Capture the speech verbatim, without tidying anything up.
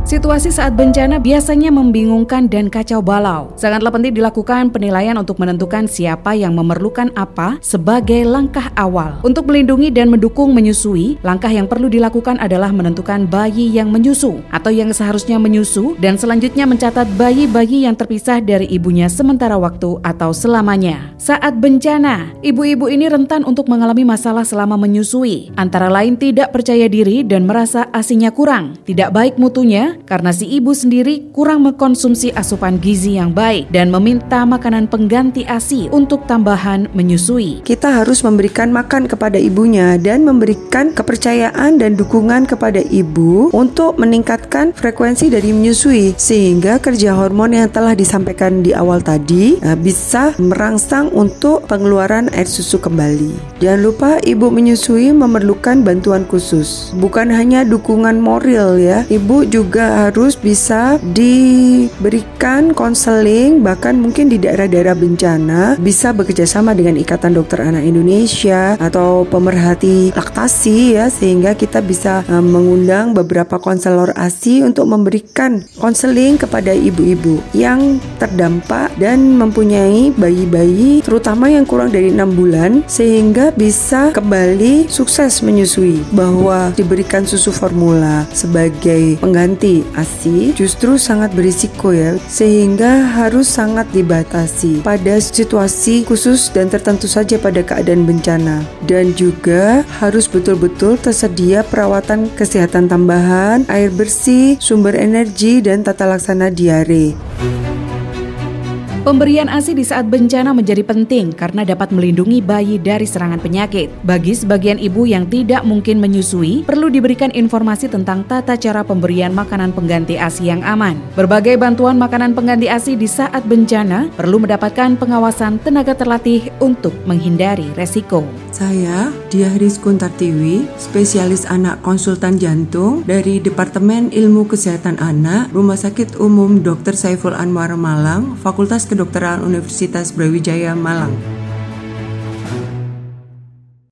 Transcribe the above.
Situasi saat bencana biasanya membingungkan dan kacau balau. Sangatlah penting dilakukan penilaian untuk menentukan siapa yang memerlukan apa sebagai langkah awal. Untuk melindungi dan mendukung menyusui, langkah yang perlu dilakukan adalah menentukan bayi yang menyusu atau yang seharusnya menyusu dan selanjutnya mencatat bayi-bayi yang terpisah dari ibunya sementara waktu atau selamanya. Saat bencana, ibu-ibu ini rentan untuk mengalami masalah selama menyusui, antara lain tidak percaya diri dan merasa ASINya kurang, tidak baik mutunya karena si ibu sendiri kurang mengkonsumsi asupan gizi yang baik dan meminta makanan pengganti ASI untuk tambahan menyusui. Kita harus memberikan makan kepada ibunya dan memberikan kepercayaan dan dukungan kepada ibu untuk meningkatkan frekuensi dari menyusui sehingga kerja hormon yang telah disampaikan di awal tadi uh, bisa merangsang untuk pengeluaran air susu kembali. Jangan lupa ibu menyusui memerlukan bantuan khusus, bukan hanya dukungan moral ya. Ibu juga harus bisa diberikan konseling, bahkan mungkin di daerah-daerah bencana bisa bekerjasama dengan Ikatan Dokter Anak Indonesia atau pemerhati laktasi ya, sehingga kita bisa uh, mengundang beberapa konselor ASI untuk memberikan konseling kepada ibu-ibu yang terdampak dan mempunyai bayi-bayi terutama yang kurang dari enam bulan sehingga bisa kembali sukses menyusui. Bahwa diberikan susu formula sebagai pengganti ASI justru sangat berisiko ya, sehingga harus sangat dibatasi pada situasi khusus dan tertentu saja pada keadaan bencana. Dan juga harus betul-betul tersedia perawatan kesehatan tambahan, air bersih, sumber energi, dan tata laksana diare. Pemberian ASI di saat bencana menjadi penting karena dapat melindungi bayi dari serangan penyakit. Bagi sebagian ibu yang tidak mungkin menyusui, perlu diberikan informasi tentang tata cara pemberian makanan pengganti ASI yang aman. Berbagai bantuan makanan pengganti ASI di saat bencana perlu mendapatkan pengawasan tenaga terlatih untuk menghindari resiko. Saya Diah Rizkuntartiwi, spesialis anak konsultan jantung dari Departemen Ilmu Kesehatan Anak, Rumah Sakit Umum dokter Saiful Anwar Malang, Fakultas Kedokteran Universitas Brawijaya Malang.